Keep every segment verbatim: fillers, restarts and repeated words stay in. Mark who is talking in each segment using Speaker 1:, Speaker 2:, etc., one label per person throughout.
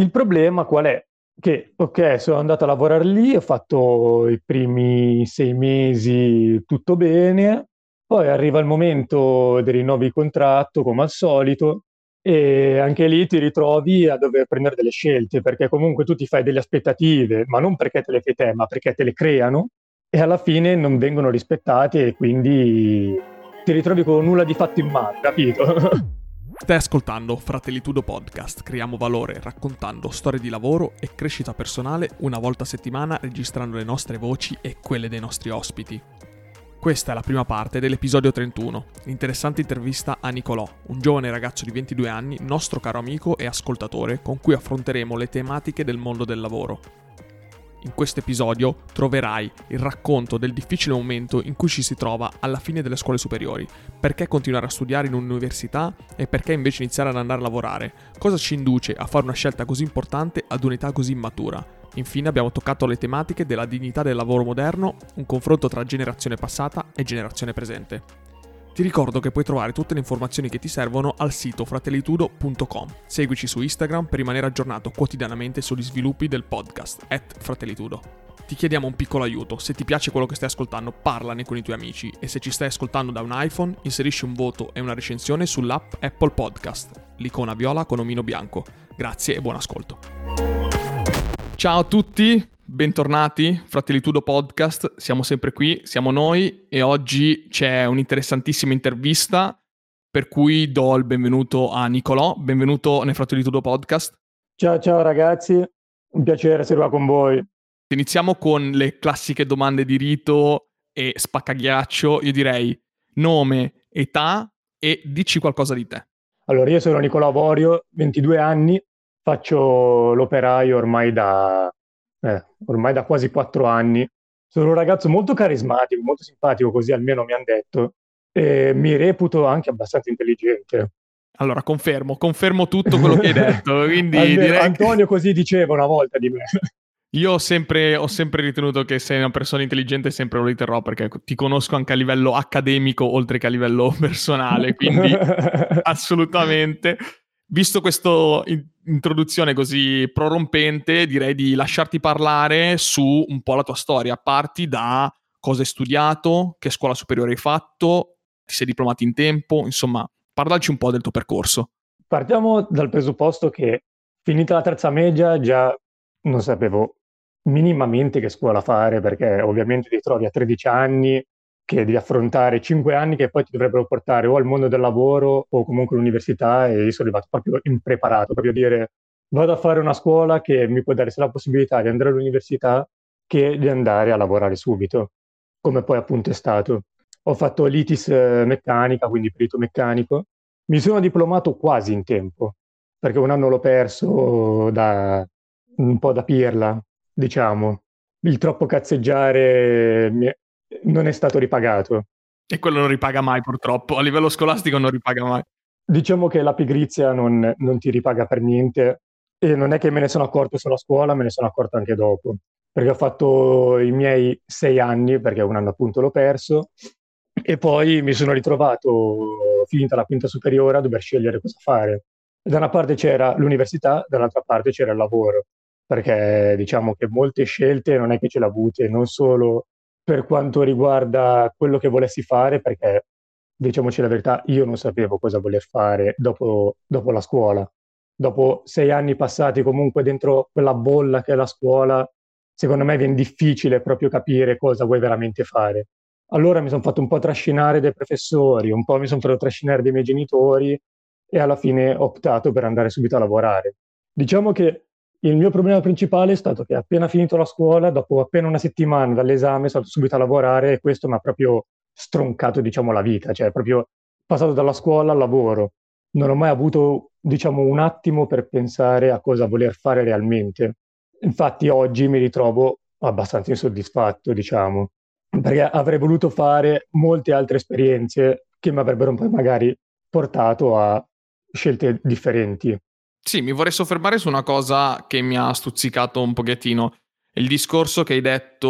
Speaker 1: Il problema qual è? Che, ok, sono andato a lavorare lì, ho fatto i primi sei mesi tutto bene, poi arriva il momento dei rinnovi di contratto, come al solito, e anche lì ti ritrovi a dover prendere delle scelte, perché comunque tu ti fai delle aspettative, ma non perché te le fai te, ma perché te le creano, e alla fine non vengono rispettate e quindi ti ritrovi con nulla di fatto in mano, capito?
Speaker 2: Stai ascoltando Fratellitudo Podcast, creiamo valore raccontando storie di lavoro e crescita personale una volta a settimana registrando le nostre voci e quelle dei nostri ospiti. Questa è la prima parte dell'episodio trentuno, l'interessante intervista a Nicolò, un giovane ragazzo di ventidue anni, nostro caro amico e ascoltatore con cui affronteremo le tematiche del mondo del lavoro. In questo episodio troverai il racconto del difficile momento in cui ci si trova alla fine delle scuole superiori, perché continuare a studiare in un'università e perché invece iniziare ad andare a lavorare, cosa ci induce a fare una scelta così importante ad un'età così immatura. Infine abbiamo toccato le tematiche della dignità del lavoro moderno, un confronto tra generazione passata e generazione presente. Ti ricordo che puoi trovare tutte le informazioni che ti servono al sito fratellitudo punto com. Seguici su Instagram per rimanere aggiornato quotidianamente sugli sviluppi del podcast at fratellitudo. Ti chiediamo un piccolo aiuto: se ti piace quello che stai ascoltando, parlane con i tuoi amici, e se ci stai ascoltando da un iPhone, inserisci un voto e una recensione sull'app Apple Podcast, l'icona viola con omino bianco. Grazie e buon ascolto. Ciao a tutti, bentornati, Fratellitudo Podcast, siamo sempre qui, siamo noi e oggi c'è un'interessantissima intervista per cui do il benvenuto a Nicolò, benvenuto nel Fratellitudo Podcast.
Speaker 1: Ciao ciao ragazzi, un piacere essere qua con voi.
Speaker 2: Iniziamo con le classiche domande di rito e spaccaghiaccio, io direi nome, età e dici qualcosa di te.
Speaker 1: Allora, io sono Nicolò Borio, ventidue anni, faccio l'operaio ormai da, eh, ormai da quasi quattro anni. Sono un ragazzo molto carismatico, molto simpatico, così almeno mi hanno detto, e mi reputo anche abbastanza intelligente.
Speaker 2: Allora, confermo, confermo tutto quello che hai detto, quindi
Speaker 1: Almeno,
Speaker 2: direi
Speaker 1: Antonio
Speaker 2: che...
Speaker 1: così diceva una volta di me.
Speaker 2: Io ho sempre, ho sempre ritenuto che sei una persona intelligente e sempre lo riterrò, perché ti conosco anche a livello accademico oltre che a livello personale, quindi assolutamente. Visto questa introduzione così prorompente, direi di lasciarti parlare su un po' la tua storia. Parti da cosa hai studiato, che scuola superiore hai fatto, ti sei diplomato in tempo, insomma, parlaci un po' del tuo percorso.
Speaker 1: Partiamo dal presupposto che, finita la terza media, già non sapevo minimamente che scuola fare, perché ovviamente ti trovi a tredici anni che devi affrontare cinque anni che poi ti dovrebbero portare o al mondo del lavoro o comunque all'università, e io sono arrivato proprio impreparato, proprio a dire vado a fare una scuola che mi può dare sia la possibilità di andare all'università che di andare a lavorare subito, come poi appunto è stato. Ho fatto l'I T I S eh, meccanica, quindi perito meccanico. Mi sono diplomato quasi in tempo, perché un anno l'ho perso da un po' da pirla, diciamo. Il troppo cazzeggiare mi è- non è stato ripagato.
Speaker 2: E quello non ripaga mai, purtroppo. A livello scolastico non ripaga mai.
Speaker 1: Diciamo che la pigrizia non, non ti ripaga per niente, e non è che me ne sono accorto solo a scuola, me ne sono accorto anche dopo, perché ho fatto i miei sei anni, perché un anno appunto l'ho perso, e poi mi sono ritrovato, finita la quinta superiore, a dover scegliere cosa fare. Da una parte c'era l'università, dall'altra parte c'era il lavoro, perché diciamo che molte scelte non è che ce le ho avute, non solo per quanto riguarda quello che volessi fare, perché diciamoci la verità, io non sapevo cosa voler fare dopo, dopo la scuola. Dopo sei anni passati comunque dentro quella bolla che è la scuola, secondo me viene difficile proprio capire cosa vuoi veramente fare. Allora mi sono fatto un po' trascinare dai professori, un po' mi sono fatto trascinare dai miei genitori, e alla fine ho optato per andare subito a lavorare. Diciamo che il mio problema principale è stato che appena finito la scuola, dopo appena una settimana dall'esame, sono andato subito a lavorare, e questo mi ha proprio stroncato, diciamo, la vita, cioè proprio passato dalla scuola al lavoro. Non ho mai avuto, diciamo, un attimo per pensare a cosa voler fare realmente. Infatti oggi mi ritrovo abbastanza insoddisfatto, diciamo, perché avrei voluto fare molte altre esperienze che mi avrebbero poi magari portato a scelte differenti.
Speaker 2: Sì, mi vorrei soffermare su una cosa che mi ha stuzzicato un pochettino. Il discorso che hai detto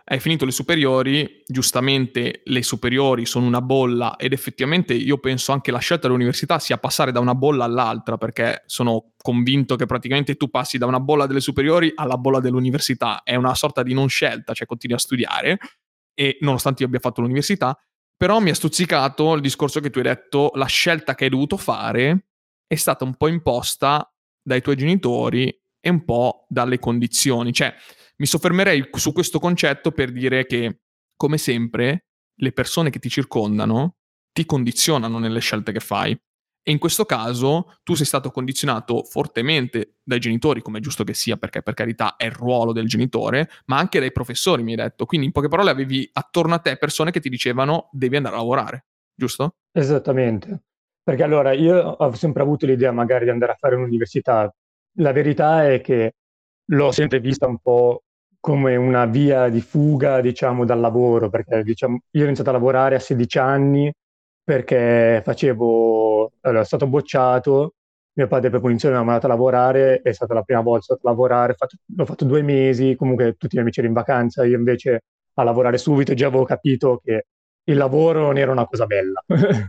Speaker 2: hai finito le superiori, giustamente le superiori sono una bolla ed effettivamente io penso anche la scelta dell'università sia passare da una bolla all'altra, perché sono convinto che praticamente tu passi da una bolla delle superiori alla bolla dell'università, è una sorta di non scelta, cioè continui a studiare e nonostante io abbia fatto l'università, però mi ha stuzzicato il discorso che tu hai detto, la scelta che hai dovuto fare è stata un po' imposta dai tuoi genitori e un po' dalle condizioni, cioè mi soffermerei su questo concetto per dire che, come sempre, le persone che ti circondano ti condizionano nelle scelte che fai. E in questo caso tu sei stato condizionato fortemente dai genitori, come è giusto che sia, perché per carità è il ruolo del genitore, ma anche dai professori, mi hai detto. Quindi in poche parole avevi attorno a te persone che ti dicevano devi andare a lavorare, giusto?
Speaker 1: Esattamente. Perché allora io ho sempre avuto l'idea magari di andare a fare un'università. La verità è che l'ho sempre vista un po' come una via di fuga, diciamo, dal lavoro, perché diciamo, io ho iniziato a lavorare a sedici anni perché facevo, allora, sono stato bocciato, mio padre per punizione mi ha mandato a lavorare, è stata la prima volta che sono stato a lavorare, ho fatto, l'ho fatto due mesi, comunque tutti i miei amici erano in vacanza, io invece a lavorare subito già avevo capito che il lavoro non era una cosa bella,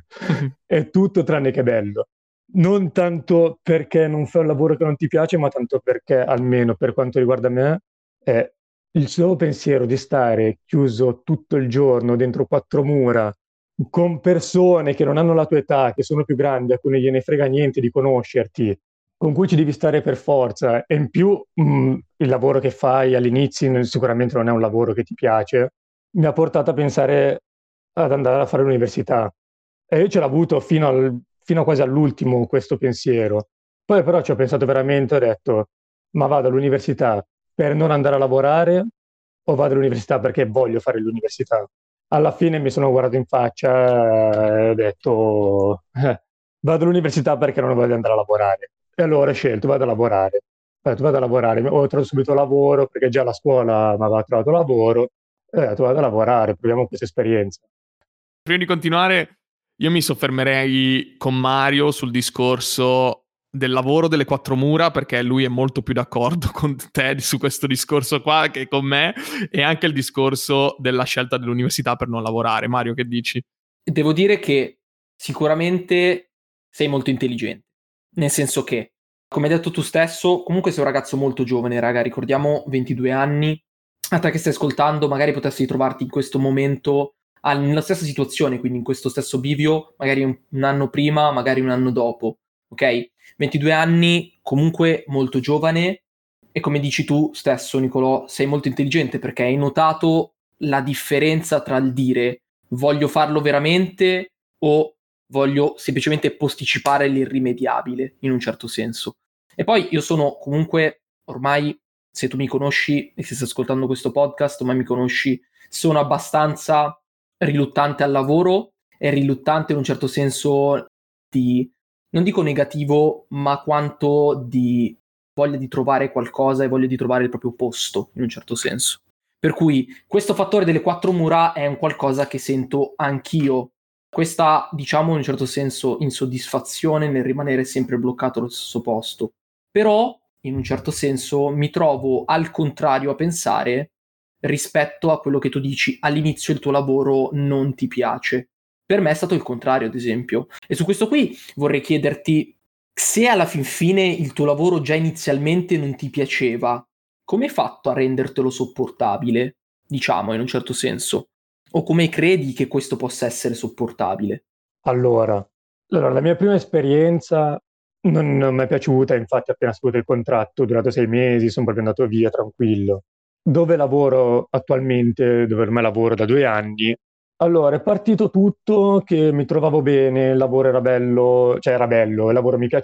Speaker 1: è tutto tranne che bello. Non tanto perché non fai un lavoro che non ti piace, ma tanto perché, almeno per quanto riguarda me, è il solo pensiero di stare chiuso tutto il giorno dentro quattro mura con persone che non hanno la tua età, che sono più grandi, a cui non gliene frega niente di conoscerti, con cui ci devi stare per forza, e in più mh, il lavoro che fai all'inizio sicuramente non è un lavoro che ti piace, mi ha portato a pensare ad andare a fare l'università. E io ce l'ho avuto fino, al, fino a quasi all'ultimo questo pensiero. Poi però ci ho pensato veramente, ho detto, ma vado all'università per non andare a lavorare o vado all'università perché voglio fare l'università? Alla fine mi sono guardato in faccia e ho detto, eh, vado all'università perché non voglio andare a lavorare. E allora ho scelto, vado a lavorare. Ho detto, vado a lavorare, ho trovato subito lavoro perché già la scuola mi aveva trovato lavoro e ho detto, vado a lavorare, proviamo questa esperienza.
Speaker 2: Prima di continuare, io mi soffermerei con Mario sul discorso del lavoro delle quattro mura, perché lui è molto più d'accordo con te su questo discorso qua che con me, e anche il discorso della scelta dell'università per non lavorare. Mario, che dici?
Speaker 3: Devo dire che sicuramente sei molto intelligente, nel senso che, come hai detto tu stesso, comunque sei un ragazzo molto giovane, raga, ricordiamo ventidue anni, a te che stai ascoltando magari potresti trovarti in questo momento al- nella stessa situazione, quindi in questo stesso bivio, magari un, un anno prima, magari un anno dopo, ok? ventidue anni, comunque molto giovane, e come dici tu stesso, Nicolò, sei molto intelligente perché hai notato la differenza tra il dire voglio farlo veramente o voglio semplicemente posticipare l'irrimediabile, in un certo senso. E poi io sono comunque, ormai, se tu mi conosci e se stai ascoltando questo podcast, ormai mi conosci, sono abbastanza riluttante al lavoro e riluttante in un certo senso di, non dico negativo, ma quanto di voglia di trovare qualcosa e voglia di trovare il proprio posto, in un certo senso. Per cui questo fattore delle quattro mura è un qualcosa che sento anch'io. Questa, diciamo, in un certo senso, insoddisfazione nel rimanere sempre bloccato allo stesso posto. Però, in un certo senso, mi trovo al contrario a pensare rispetto a quello che tu dici all'inizio il tuo lavoro non ti piace. Per me è stato il contrario, ad esempio. E su questo qui vorrei chiederti se alla fin fine il tuo lavoro già inizialmente non ti piaceva, come hai fatto a rendertelo sopportabile, diciamo, in un certo senso? O come credi che questo possa essere sopportabile?
Speaker 1: Allora, allora, la mia prima esperienza non, non mi è piaciuta, infatti appena saputo il contratto, durato sei mesi, sono proprio andato via tranquillo. Dove lavoro attualmente, dove ormai lavoro da due anni, allora è partito tutto che mi trovavo bene, il lavoro era bello, cioè era bello, il lavoro mi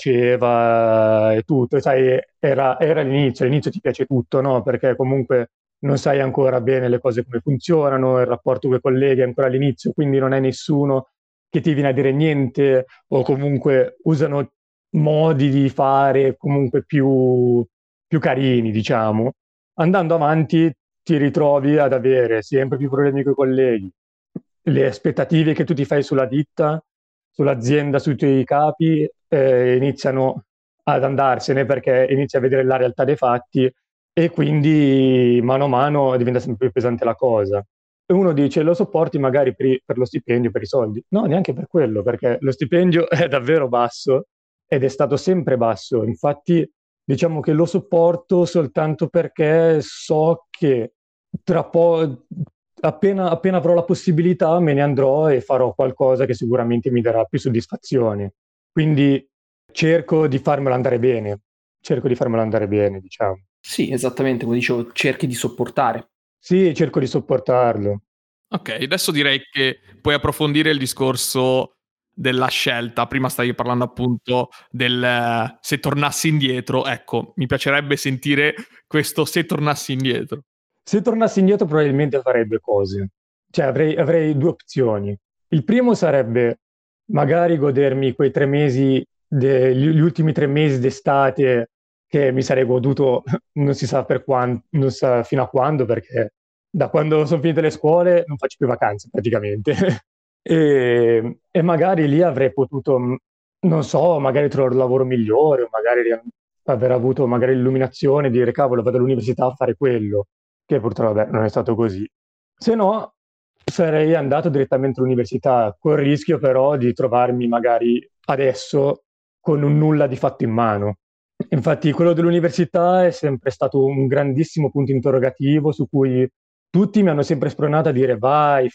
Speaker 1: piaceva e tutto, e sai, era, era l'inizio, all'inizio ti piace tutto, no? Perché comunque non sai ancora bene le cose come funzionano, il rapporto con i colleghi è ancora all'inizio, quindi non hai nessuno che ti viene a dire niente o comunque usano modi di fare comunque più, più carini, diciamo. Andando avanti ti ritrovi ad avere sempre più problemi con i colleghi, le aspettative che tu ti fai sulla ditta, sull'azienda, sui tuoi capi, eh, iniziano ad andarsene perché inizi a vedere la realtà dei fatti e quindi mano a mano diventa sempre più pesante la cosa. E uno dice, lo sopporti magari per, i- per lo stipendio, per i soldi? No, neanche per quello, perché lo stipendio è davvero basso ed è stato sempre basso. Infatti, diciamo che lo sopporto soltanto perché so che tra po', appena, appena avrò la possibilità, me ne andrò e farò qualcosa che sicuramente mi darà più soddisfazione. Quindi cerco di farmelo andare bene, cerco di farmelo andare bene, diciamo.
Speaker 3: Sì, esattamente, come dicevo, cerchi di sopportare.
Speaker 1: Sì, cerco di sopportarlo.
Speaker 2: Ok, adesso direi che puoi approfondire il discorso della scelta. Prima stavi parlando appunto del eh, se tornassi indietro. Ecco, mi piacerebbe sentire questo se tornassi indietro.
Speaker 1: Se tornassi indietro probabilmente farei due cose. Cioè avrei, avrei due opzioni. Il primo sarebbe magari godermi quei tre mesi, de- gli gli ultimi tre mesi d'estate che mi sarei goduto non si sa per quando, non si sa fino a quando, perché da quando sono finite le scuole non faccio più vacanze praticamente. E, e magari lì avrei potuto, mh, non so, magari trovare un lavoro migliore, o magari aver avuto magari l'illuminazione di dire cavolo, vado all'università a fare quello, che purtroppo vabbè, non è stato così. Se no, sarei andato direttamente all'università, col rischio però di trovarmi magari adesso con un nulla di fatto in mano. Infatti, quello dell'università è sempre stato un grandissimo punto interrogativo su cui tutti mi hanno sempre spronato a dire vai,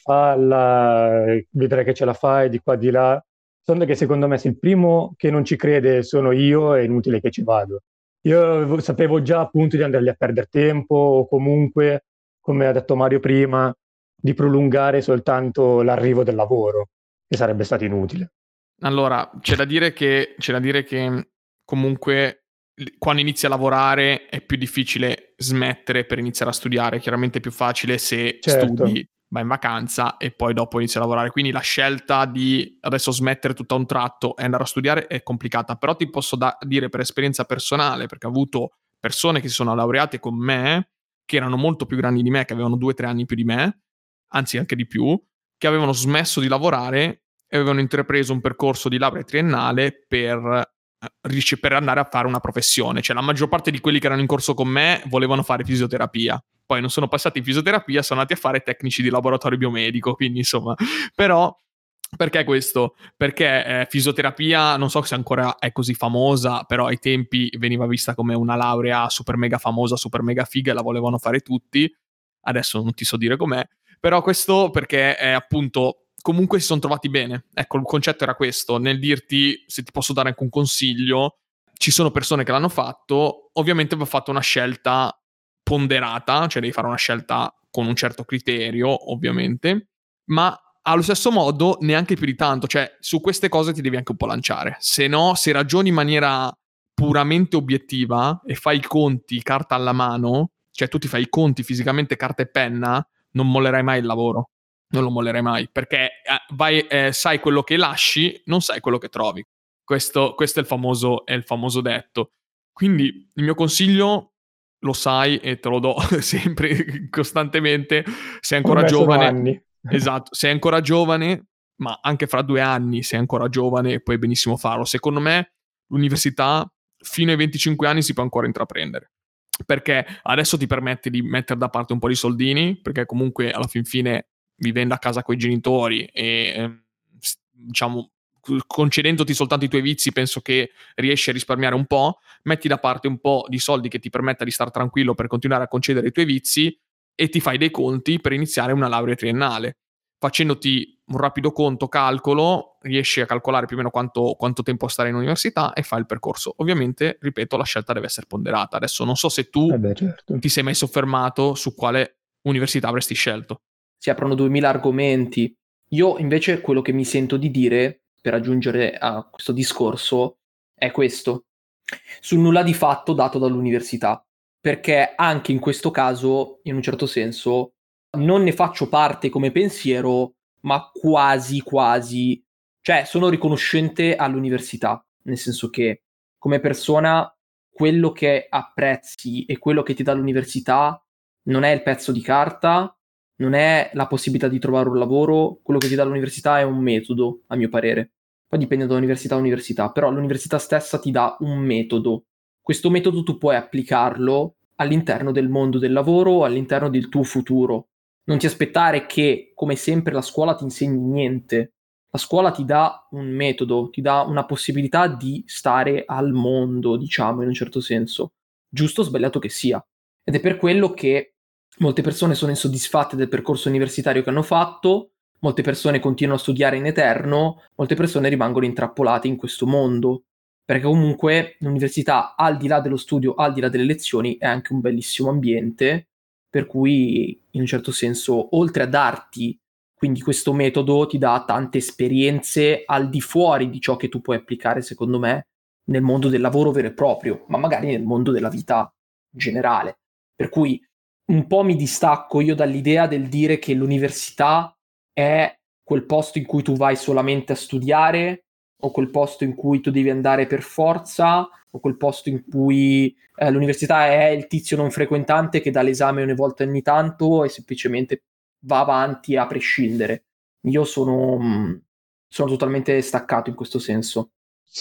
Speaker 1: falla, vedrai che ce la fai di qua di là. Solo che secondo me se il primo che non ci crede sono io, è inutile che ci vado. Io avevo- sapevo già appunto di andargli a perdere tempo o comunque, come ha detto Mario prima, di prolungare soltanto l'arrivo del lavoro, che sarebbe stato inutile.
Speaker 2: Allora, c'è da dire che, c'è da dire che comunque l- quando inizi a lavorare è più difficile smettere per iniziare a studiare. Chiaramente è più facile se
Speaker 1: Certo,
Speaker 2: studi, vai in vacanza e poi dopo inizi a lavorare. Quindi la scelta di adesso smettere tutto a un tratto e andare a studiare è complicata. Però ti posso da- dire per esperienza personale, perché ho avuto persone che si sono laureate con me, che erano molto più grandi di me, che avevano due o tre anni più di me, anzi anche di più, che avevano smesso di lavorare e avevano intrapreso un percorso di laurea triennale per, eh, riusci- per andare a fare una professione. Cioè la maggior parte di quelli che erano in corso con me volevano fare fisioterapia. Poi non sono passati in fisioterapia, sono andati a fare tecnici di laboratorio biomedico, quindi insomma, però perché questo? Perché eh, fisioterapia, non so se ancora è così famosa, però ai tempi veniva vista come una laurea super mega famosa, super mega figa, e la volevano fare tutti. Adesso non ti so dire com'è, però questo perché è appunto comunque si sono trovati bene. Ecco, il concetto era questo, nel dirti se ti posso dare anche un consiglio, ci sono persone che l'hanno fatto, ovviamente va fatta una scelta ponderata, cioè devi fare una scelta con un certo criterio, ovviamente, ma allo stesso modo neanche più di tanto, cioè su queste cose ti devi anche un po' lanciare, se no, se ragioni in maniera puramente obiettiva e fai i conti carta alla mano, cioè tu ti fai i conti fisicamente carta e penna, non mollerai mai il lavoro, non lo mollerai mai, perché eh, vai, eh, sai quello che lasci, non sai quello che trovi. Questo, questo è, il famoso, è il famoso detto. Quindi il mio consiglio, lo sai e te lo do sempre, costantemente, sei ancora
Speaker 1: ormai sono
Speaker 2: giovane,
Speaker 1: anni.
Speaker 2: esatto, sei ancora giovane, ma anche fra due anni sei ancora giovane e puoi benissimo farlo. Secondo me l'università fino ai venticinque anni si può ancora intraprendere. Perché adesso ti permette di mettere da parte un po' di soldini, perché comunque alla fin fine vivendo a casa con i genitori e ehm, diciamo concedendoti soltanto i tuoi vizi, penso che riesci a risparmiare un po', metti da parte un po' di soldi che ti permetta di stare tranquillo per continuare a concedere i tuoi vizi e ti fai dei conti per iniziare una laurea triennale. Facendoti un rapido conto, calcolo, riesci a calcolare più o meno quanto, quanto tempo stare in università e fai il percorso. Ovviamente, ripeto, la scelta deve essere ponderata. Adesso non so se tu
Speaker 1: Eh beh, certo.
Speaker 2: ti sei mai soffermato su quale università avresti scelto.
Speaker 3: Si aprono duemila argomenti. Io invece quello che mi sento di dire per aggiungere a questo discorso è questo: sul nulla di fatto dato dall'università, perché anche in questo caso, in un certo senso, non ne faccio parte come pensiero, ma quasi quasi, cioè sono riconoscente all'università, nel senso che come persona quello che apprezzi e quello che ti dà l'università non è il pezzo di carta, non è la possibilità di trovare un lavoro, quello che ti dà l'università è un metodo, a mio parere. Poi dipende da università a università, però l'università stessa ti dà un metodo. Questo metodo tu puoi applicarlo all'interno del mondo del lavoro, all'interno del tuo futuro. Non ti aspettare che, come sempre, la scuola ti insegni niente. La scuola ti dà un metodo, ti dà una possibilità di stare al mondo, diciamo, in un certo senso, giusto o sbagliato che sia. Ed è per quello che molte persone sono insoddisfatte del percorso universitario che hanno fatto, molte persone continuano a studiare in eterno, molte persone rimangono intrappolate in questo mondo, perché comunque l'università, al di là dello studio, al di là delle lezioni, è anche un bellissimo ambiente, per cui in un certo senso, oltre a darti quindi questo metodo, ti dà tante esperienze al di fuori di ciò che tu puoi applicare, secondo me, nel mondo del lavoro vero e proprio, ma magari nel mondo della vita generale. Per cui un po' mi distacco io dall'idea del dire che l'università è quel posto in cui tu vai solamente a studiare, o quel posto in cui tu devi andare per forza, o quel posto in cui eh, l'università è il tizio non frequentante che dà l'esame una volta ogni tanto e semplicemente va avanti a prescindere. Io sono, mh, sono totalmente staccato in questo senso.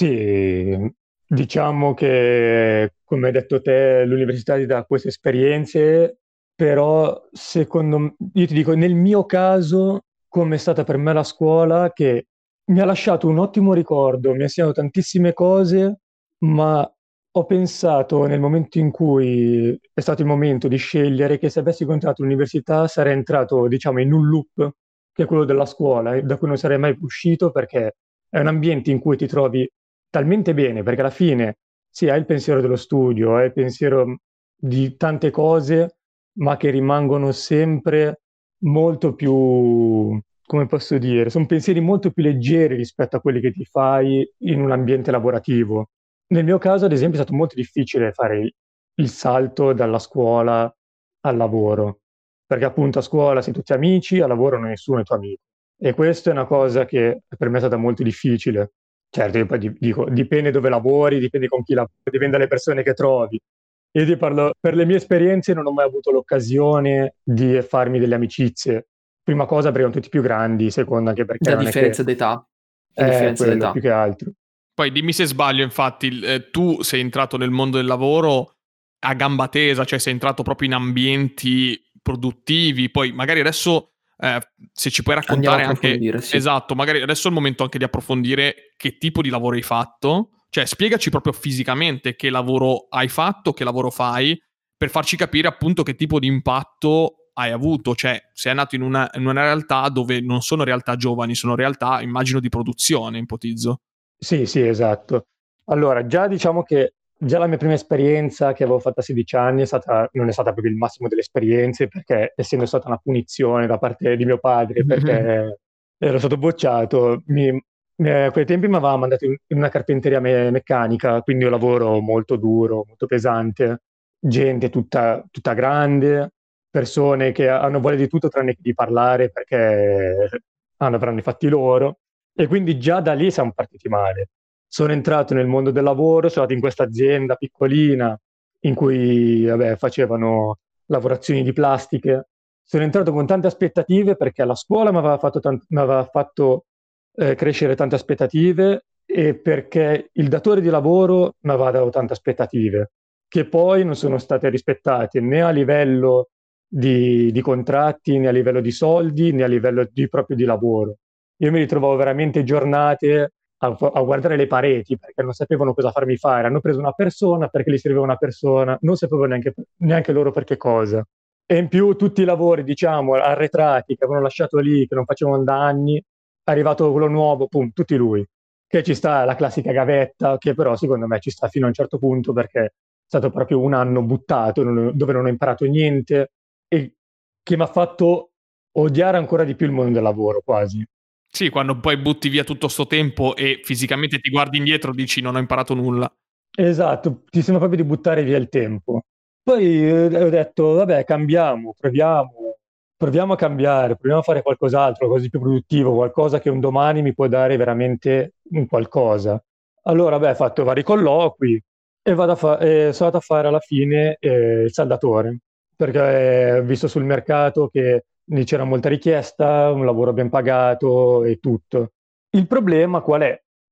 Speaker 1: Sì, diciamo che, come hai detto te, l'università ti dà queste esperienze, però secondo me, io ti dico, nel mio caso, come è stata per me la scuola, che mi ha lasciato un ottimo ricordo, mi ha insegnato tantissime cose, ma ho pensato nel momento in cui è stato il momento di scegliere che se avessi continuato l'università sarei entrato, diciamo, in un loop, che è quello della scuola, e da cui non sarei mai uscito perché è un ambiente in cui ti trovi talmente bene, perché alla fine sì, hai il pensiero dello studio, hai il pensiero di tante cose, ma che rimangono sempre molto più, come posso dire, sono pensieri molto più leggeri rispetto a quelli che ti fai in un ambiente lavorativo. Nel mio caso, ad esempio, è stato molto difficile fare il, il salto dalla scuola al lavoro, perché appunto a scuola sei tutti amici, a lavoro non nessuno è tuo amico. E questa è una cosa che per me è stata molto difficile. Certo, io poi di- dico, dipende dove lavori, dipende con chi lavori, dipende dalle persone che trovi. Io ti parlo, per le mie esperienze non ho mai avuto l'occasione di farmi delle amicizie. Prima cosa perché sono tutti più grandi, seconda anche perché
Speaker 3: Da
Speaker 1: non è che
Speaker 3: differenza d'età. Da
Speaker 1: è
Speaker 3: differenza
Speaker 1: quello più
Speaker 3: d'età.
Speaker 1: che altro.
Speaker 2: Poi dimmi se sbaglio, infatti, il- eh, tu sei entrato nel mondo del lavoro a gamba tesa, cioè sei entrato proprio in ambienti produttivi, poi magari adesso eh, se ci puoi
Speaker 3: Andiamo a
Speaker 2: raccontare anche,
Speaker 3: approfondire, sì.
Speaker 2: esatto, magari adesso è il momento anche di approfondire che tipo di lavoro hai fatto, cioè spiegaci proprio fisicamente che lavoro hai fatto, che lavoro fai, per farci capire appunto che tipo di impatto hai avuto, cioè sei nato in una, in una realtà dove non sono realtà giovani, sono realtà, immagino, di produzione, ipotizzo.
Speaker 1: Sì, sì, esatto. Allora, già diciamo che già la mia prima esperienza che avevo fatto a sedici anni è stata, non è stata proprio il massimo delle esperienze, perché essendo stata una punizione da parte di mio padre, perché ero stato bocciato, mi, mi- a quei tempi mi aveva mandato in, in una carpenteria me- meccanica, quindi un lavoro molto duro, molto pesante, gente tutta, tutta grande, persone che hanno voglia di tutto tranne che di parlare perché hanno, avranno i fatti loro. E quindi già da lì siamo partiti male. Sono entrato nel mondo del lavoro, sono andato in questa azienda piccolina in cui vabbè, facevano lavorazioni di plastiche. Sono entrato con tante aspettative perché la scuola mi aveva fatto, tant- mi aveva fatto eh, crescere tante aspettative e perché il datore di lavoro mi aveva dato tante aspettative che poi non sono state rispettate né a livello di, di contratti, né a livello di soldi, né a livello di, proprio di lavoro. Io mi ritrovavo veramente giornate a, a guardare le pareti perché non sapevano cosa farmi fare. Hanno preso una persona perché gli serviva una persona, non sapevano neanche, neanche loro per che cosa. E in più tutti i lavori, diciamo, arretrati che avevano lasciato lì, che non facevano da anni, è arrivato quello nuovo, pum, tutti lui. Che ci sta la classica gavetta, che però secondo me ci sta fino a un certo punto perché è stato proprio un anno buttato, non- dove non ho imparato niente e che mi ha fatto odiare ancora di più il mondo del lavoro, quasi.
Speaker 2: Sì, quando poi butti via tutto sto tempo e fisicamente ti guardi indietro dici non ho imparato nulla.
Speaker 1: Esatto, ti sembra proprio di buttare via il tempo. Poi eh, ho detto, vabbè, cambiamo, proviamo, proviamo a cambiare, proviamo a fare qualcos'altro, qualcosa di più produttivo, qualcosa che un domani mi può dare veramente un qualcosa. Allora, beh, ho fatto vari colloqui e vado a fa- e sono andato a fare alla fine eh, il saldatore, perché eh, ho visto sul mercato che lì c'era molta richiesta, un lavoro ben pagato e tutto. Il problema qual è?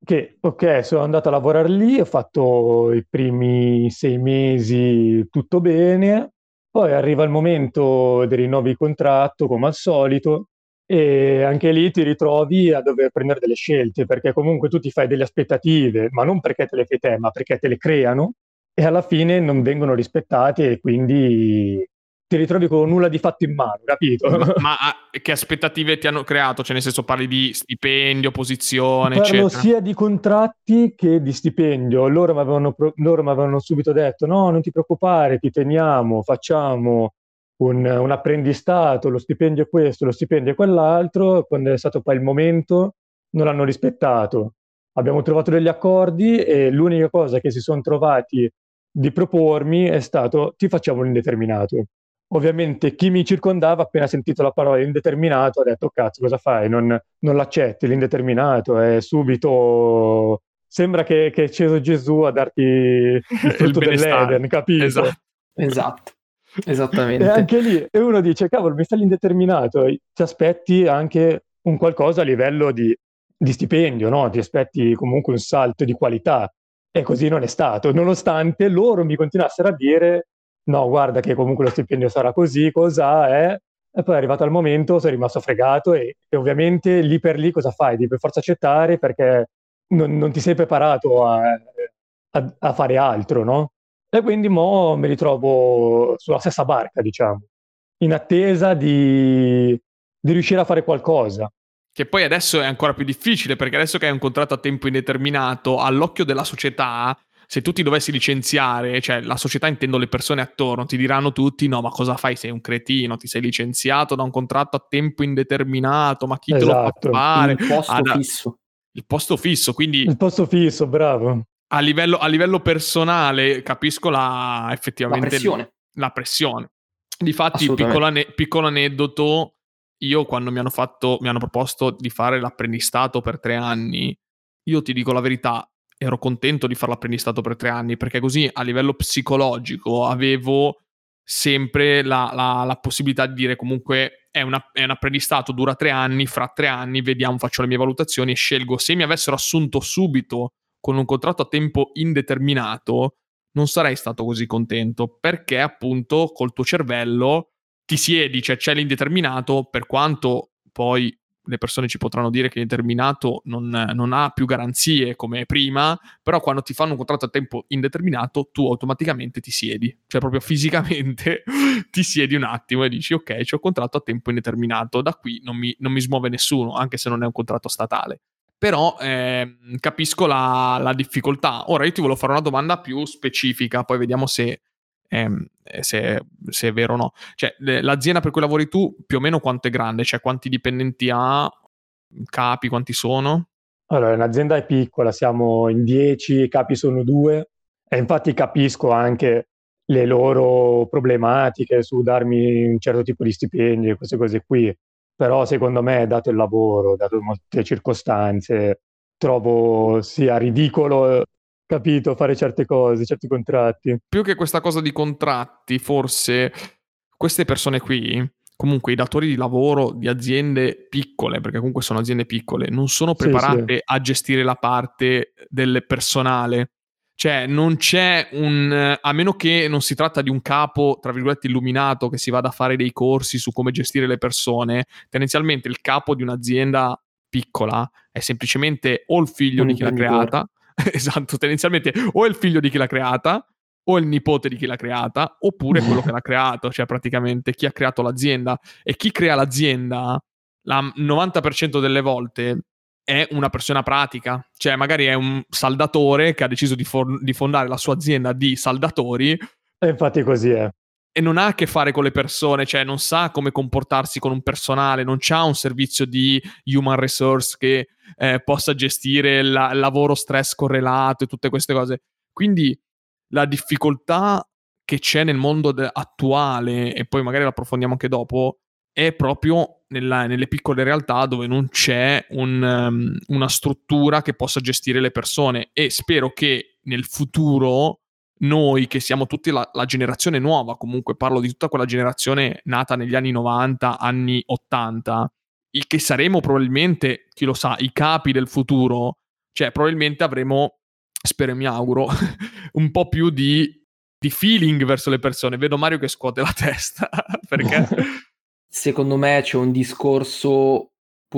Speaker 1: che, ok, sono andato a lavorare lì, ho fatto i primi sei mesi tutto bene, poi arriva il momento dei rinnovi di contratto, come al solito, e anche lì ti ritrovi a dover prendere delle scelte, perché comunque tu ti fai delle aspettative, ma non perché te le fai te, ma perché te le creano, e alla fine non vengono rispettate e quindi ti ritrovi con nulla di fatto in mano, capito?
Speaker 2: Ma, ma che aspettative ti hanno creato? Cioè, nel senso, parli di stipendio, posizione,
Speaker 1: Parlo
Speaker 2: eccetera.
Speaker 1: sia di contratti che di stipendio. Loro mi avevano, pro- loro mi avevano subito detto: no, non ti preoccupare, ti teniamo, facciamo un, un apprendistato, lo stipendio è questo, lo stipendio è quell'altro. Quando è stato poi il momento, non l'hanno rispettato. Abbiamo trovato degli accordi e l'unica cosa che si sono trovati di propormi è stato: ti facciamo l'indeterminato. Ovviamente chi mi circondava, appena sentito la parola indeterminato, ha detto: cazzo, cosa fai? Non, non l'accetti, l'indeterminato è subito... Sembra che, che è sceso Gesù a darti il
Speaker 2: Il
Speaker 1: frutto
Speaker 2: benestare.
Speaker 1: dell'Eden, capito?
Speaker 2: Esatto.
Speaker 3: Esatto,
Speaker 1: E
Speaker 3: esattamente.
Speaker 1: anche lì, e uno dice, cavolo, mi fai l'indeterminato, ti aspetti anche un qualcosa a livello di, di stipendio, no? Ti aspetti comunque un salto di qualità. E così non è stato, nonostante loro mi continuassero a dire, no, guarda che comunque lo stipendio sarà così, cosa è? E poi è arrivato il momento, sono rimasto fregato e, e ovviamente lì per lì cosa fai? Devi per forza accettare perché non, non ti sei preparato a, a- a fare altro, no? E quindi mo mi ritrovo sulla stessa barca, diciamo, in attesa di, di riuscire a fare qualcosa.
Speaker 2: Che poi adesso è ancora più difficile, perché adesso che hai un contratto a tempo indeterminato, all'occhio della società, se tu ti dovessi licenziare, cioè la società, intendo le persone attorno, ti diranno tutti: no, ma cosa fai? Sei un cretino, ti sei licenziato da un contratto a tempo indeterminato, ma chi te lo fa
Speaker 1: Esatto.
Speaker 2: fare?
Speaker 3: Il posto
Speaker 2: Ad-
Speaker 3: fisso,
Speaker 2: il posto fisso, quindi
Speaker 1: Il posto fisso, bravo.
Speaker 2: a livello, a livello personale capisco la,
Speaker 3: la
Speaker 2: effettivamente
Speaker 3: pressione,
Speaker 2: la pressione. Difatti, piccolo,
Speaker 3: assolutamente.
Speaker 2: ane- piccolo aneddoto, io quando mi hanno fatto, mi hanno proposto di fare l'apprendistato per tre anni, io ti dico la verità, ero contento di fare l'apprendistato per tre anni, perché così a livello psicologico avevo sempre la, la- la possibilità di dire comunque è, una- è un apprendistato, dura tre anni, fra tre anni vediamo, faccio le mie valutazioni e scelgo. Se mi avessero assunto subito con un contratto a tempo indeterminato, non sarei stato così contento, perché appunto col tuo cervello ti siedi, cioè c'è l'indeterminato, per quanto poi le persone ci potranno dire che l'indeterminato non, non ha più garanzie come prima, però quando ti fanno un contratto a tempo indeterminato tu automaticamente ti siedi, cioè proprio fisicamente ti siedi un attimo e dici: ok, c'ho un contratto a tempo indeterminato, da qui non mi, non mi smuove nessuno, anche se non è un contratto statale. Però ehm, capisco la, la difficoltà. Ora io ti volevo fare una domanda più specifica, poi vediamo se, ehm, se, se è vero o no. Cioè, le- l'azienda per cui lavori tu più o meno quanto è grande? Cioè, quanti dipendenti ha? Capi, quanti sono?
Speaker 1: Allora, l'azienda è piccola, siamo in dieci, i capi sono due, e infatti capisco anche le loro problematiche su darmi un certo tipo di stipendio e queste cose qui, però secondo me, dato il lavoro, dato molte circostanze, trovo sia ridicolo, capito, fare certe cose, certi contratti.
Speaker 2: Più che questa cosa di contratti, forse queste persone qui, comunque i datori di lavoro di aziende piccole, perché comunque sono aziende piccole, non sono
Speaker 1: Sì, sì,
Speaker 2: preparate a gestire la parte del personale. Cioè, non c'è un... a meno che non si tratta di un capo, tra virgolette, illuminato, che si vada a fare dei corsi su come gestire le persone, tendenzialmente il capo di un'azienda piccola è semplicemente o il figlio
Speaker 3: Un
Speaker 2: di chi l'ha
Speaker 3: imprenditore.
Speaker 2: creata, esatto, tendenzialmente o è il figlio di chi l'ha creata, o il nipote di chi l'ha creata, oppure quello che l'ha creato, cioè praticamente chi ha creato l'azienda. E chi crea l'azienda, il novanta per cento delle volte è una persona pratica, cioè magari è un saldatore che ha deciso di, for- di fondare la sua azienda di saldatori
Speaker 1: e infatti così è.
Speaker 2: e non ha a che fare con le persone, cioè non sa come comportarsi con un personale, non c'ha un servizio di human resource che eh, possa gestire la- il lavoro stress correlato e tutte queste cose. Quindi la difficoltà che c'è nel mondo de- attuale, e poi magari la approfondiamo anche dopo, è proprio nella- nelle piccole realtà dove non c'è un, um, una struttura che possa gestire le persone, e spero che nel futuro noi, che siamo tutti la, la generazione nuova, comunque parlo di tutta quella generazione nata negli anni novanta, anni ottanta, il che saremo probabilmente, chi lo sa, i capi del futuro, Cioè, probabilmente avremo, spero e mi auguro, un po' più di, di feeling verso le persone. Vedo Mario che scuote la testa, perché...
Speaker 3: Secondo me c'è un discorso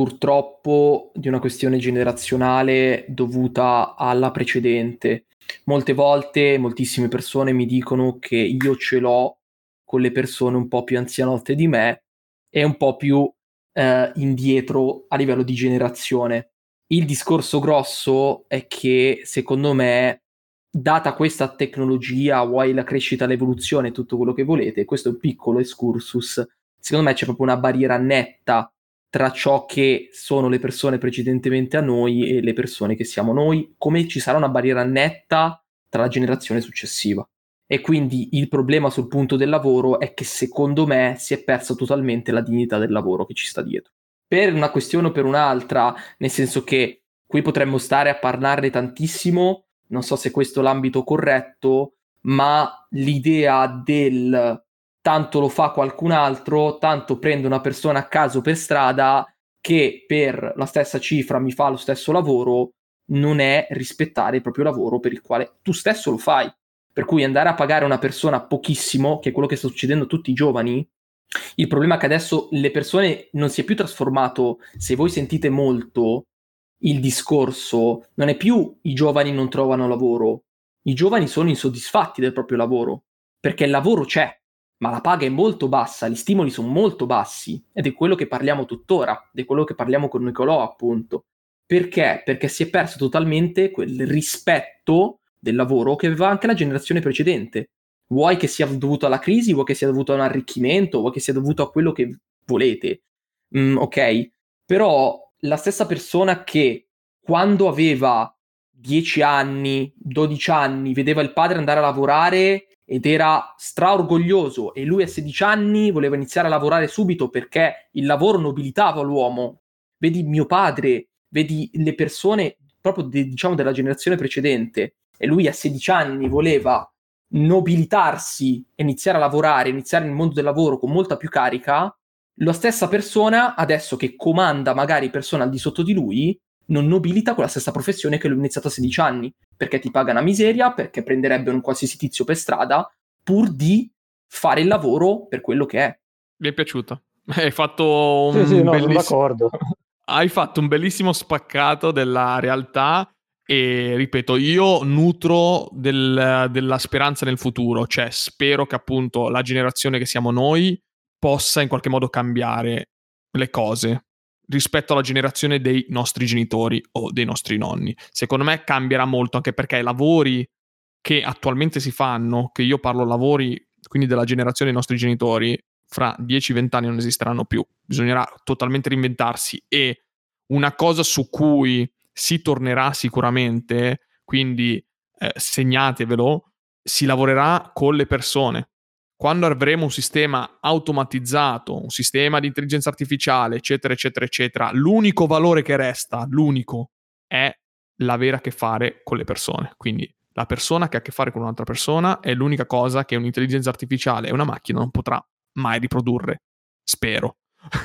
Speaker 3: purtroppo di una questione generazionale dovuta alla precedente. Molte volte moltissime persone mi dicono che io ce l'ho con le persone un po' più anzianotte di me e un po' più eh, indietro a livello di generazione. Il discorso grosso è che secondo me, data questa tecnologia, vuoi la crescita, l'evoluzione, tutto quello che volete, questo è un piccolo excursus. Secondo me c'è proprio una barriera netta tra ciò che sono le persone precedentemente a noi e le persone che siamo noi, come ci sarà una barriera netta tra la generazione successiva. E quindi il problema sul punto del lavoro è che secondo me si è persa totalmente la dignità del lavoro che ci sta dietro. Per una questione o per un'altra, nel senso che qui potremmo stare a parlarne tantissimo, non so se questo è l'ambito corretto, ma l'idea del tanto lo fa qualcun altro, tanto prendo una persona a caso per strada che per la stessa cifra mi fa lo stesso lavoro, non è rispettare il proprio lavoro per il quale tu stesso lo fai. Per cui andare a pagare una persona pochissimo, che è quello che sta succedendo a tutti i giovani, il problema è che adesso le persone non si è più trasformato, se voi sentite molto il discorso, non è più i giovani non trovano lavoro, i giovani sono insoddisfatti del proprio lavoro, perché il lavoro c'è, ma la paga è molto bassa, gli stimoli sono molto bassi, ed è quello che parliamo tuttora, ed è quello che parliamo con Nicolò, appunto. Perché? Perché si è perso totalmente quel rispetto del lavoro che aveva anche la generazione precedente. Vuoi che sia dovuto alla crisi, vuoi che sia dovuto a un arricchimento, vuoi che sia dovuto a quello che volete. Mm, ok, però la stessa persona che quando aveva dieci anni, dodici anni, vedeva il padre andare a lavorare ed era straorgoglioso, e lui a sedici anni voleva iniziare a lavorare subito perché il lavoro nobilitava l'uomo. Vedi mio padre, vedi le persone proprio de, diciamo della generazione precedente, e lui a sedici anni voleva nobilitarsi, iniziare a lavorare, iniziare nel mondo del lavoro con molta più carica. La stessa persona adesso che comanda magari persone al di sotto di lui non nobilita quella stessa professione che lui ha iniziato a sedici anni, perché ti paga una miseria, perché prenderebbe un qualsiasi tizio per strada pur di fare il lavoro per quello che è.
Speaker 2: Mi è piaciuto. Hai fatto un
Speaker 1: sì, sì, no,
Speaker 2: belliss-
Speaker 1: sono d'accordo.
Speaker 2: Hai fatto un bellissimo spaccato della realtà e, ripeto, io nutro del, della speranza nel futuro, cioè spero che appunto la generazione che siamo noi possa in qualche modo cambiare le cose rispetto alla generazione dei nostri genitori o dei nostri nonni. Secondo me cambierà molto, anche perché i lavori che attualmente si fanno, che io parlo lavori quindi della generazione dei nostri genitori, fra dieci venti anni non esisteranno più. Bisognerà totalmente reinventarsi, e una cosa su cui si tornerà sicuramente, quindi eh, segnatevelo, si lavorerà con le persone. Quando avremo un sistema automatizzato, un sistema di intelligenza artificiale, eccetera, eccetera, eccetera, l'unico valore che resta, l'unico, è l'avere a che fare con le persone. Quindi la persona che ha a che fare con un'altra persona è l'unica cosa che un'intelligenza artificiale e una macchina non potrà mai riprodurre. Spero.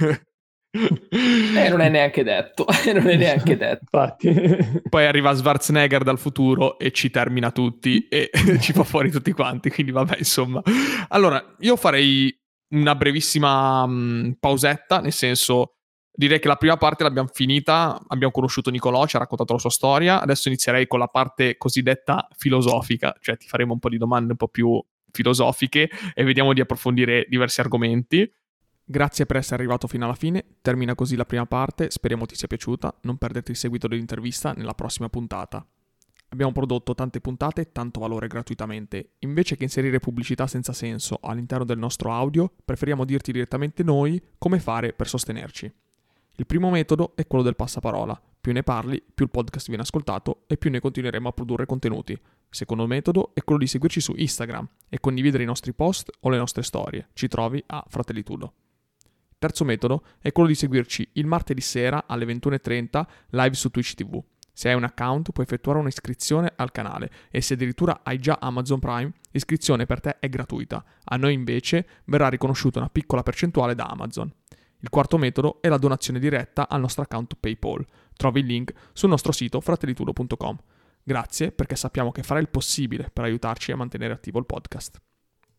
Speaker 3: Eh, non è neanche detto, non è neanche detto.
Speaker 1: Infatti.
Speaker 2: Poi arriva Schwarzenegger dal futuro e ci termina tutti e ci fa fuori tutti quanti, quindi vabbè, insomma. Allora, io farei una brevissima mh, pausetta, nel senso, direi che la prima parte l'abbiamo finita, abbiamo conosciuto Nicolò, ci ha raccontato la sua storia, adesso inizierei con la parte cosiddetta filosofica, cioè ti faremo un po' di domande un po' più filosofiche e vediamo di approfondire diversi argomenti. Grazie per essere arrivato fino alla fine, termina così la prima parte, speriamo ti sia piaciuta, non perderti il seguito dell'intervista nella prossima puntata. Abbiamo prodotto tante puntate e tanto valore gratuitamente, invece che inserire pubblicità senza senso all'interno del nostro audio, preferiamo dirti direttamente noi come fare per sostenerci. Il primo metodo è quello del passaparola, più ne parli, più il podcast viene ascoltato e più ne continueremo a produrre contenuti. Il secondo metodo è quello di seguirci su Instagram e condividere i nostri post o le nostre storie, ci trovi a Fratellitudo. Terzo metodo è quello di seguirci il martedì sera alle ventuno e trenta live su Twitch ti vu. Se hai un account puoi effettuare un'iscrizione al canale e se addirittura hai già Amazon Prime, l'iscrizione per te è gratuita. A noi invece verrà riconosciuta una piccola percentuale da Amazon. Il quarto metodo è la donazione diretta al nostro account PayPal. Trovi il link sul nostro sito fratellitudo punto com. Grazie, perché sappiamo che farai il possibile per aiutarci a mantenere attivo il podcast.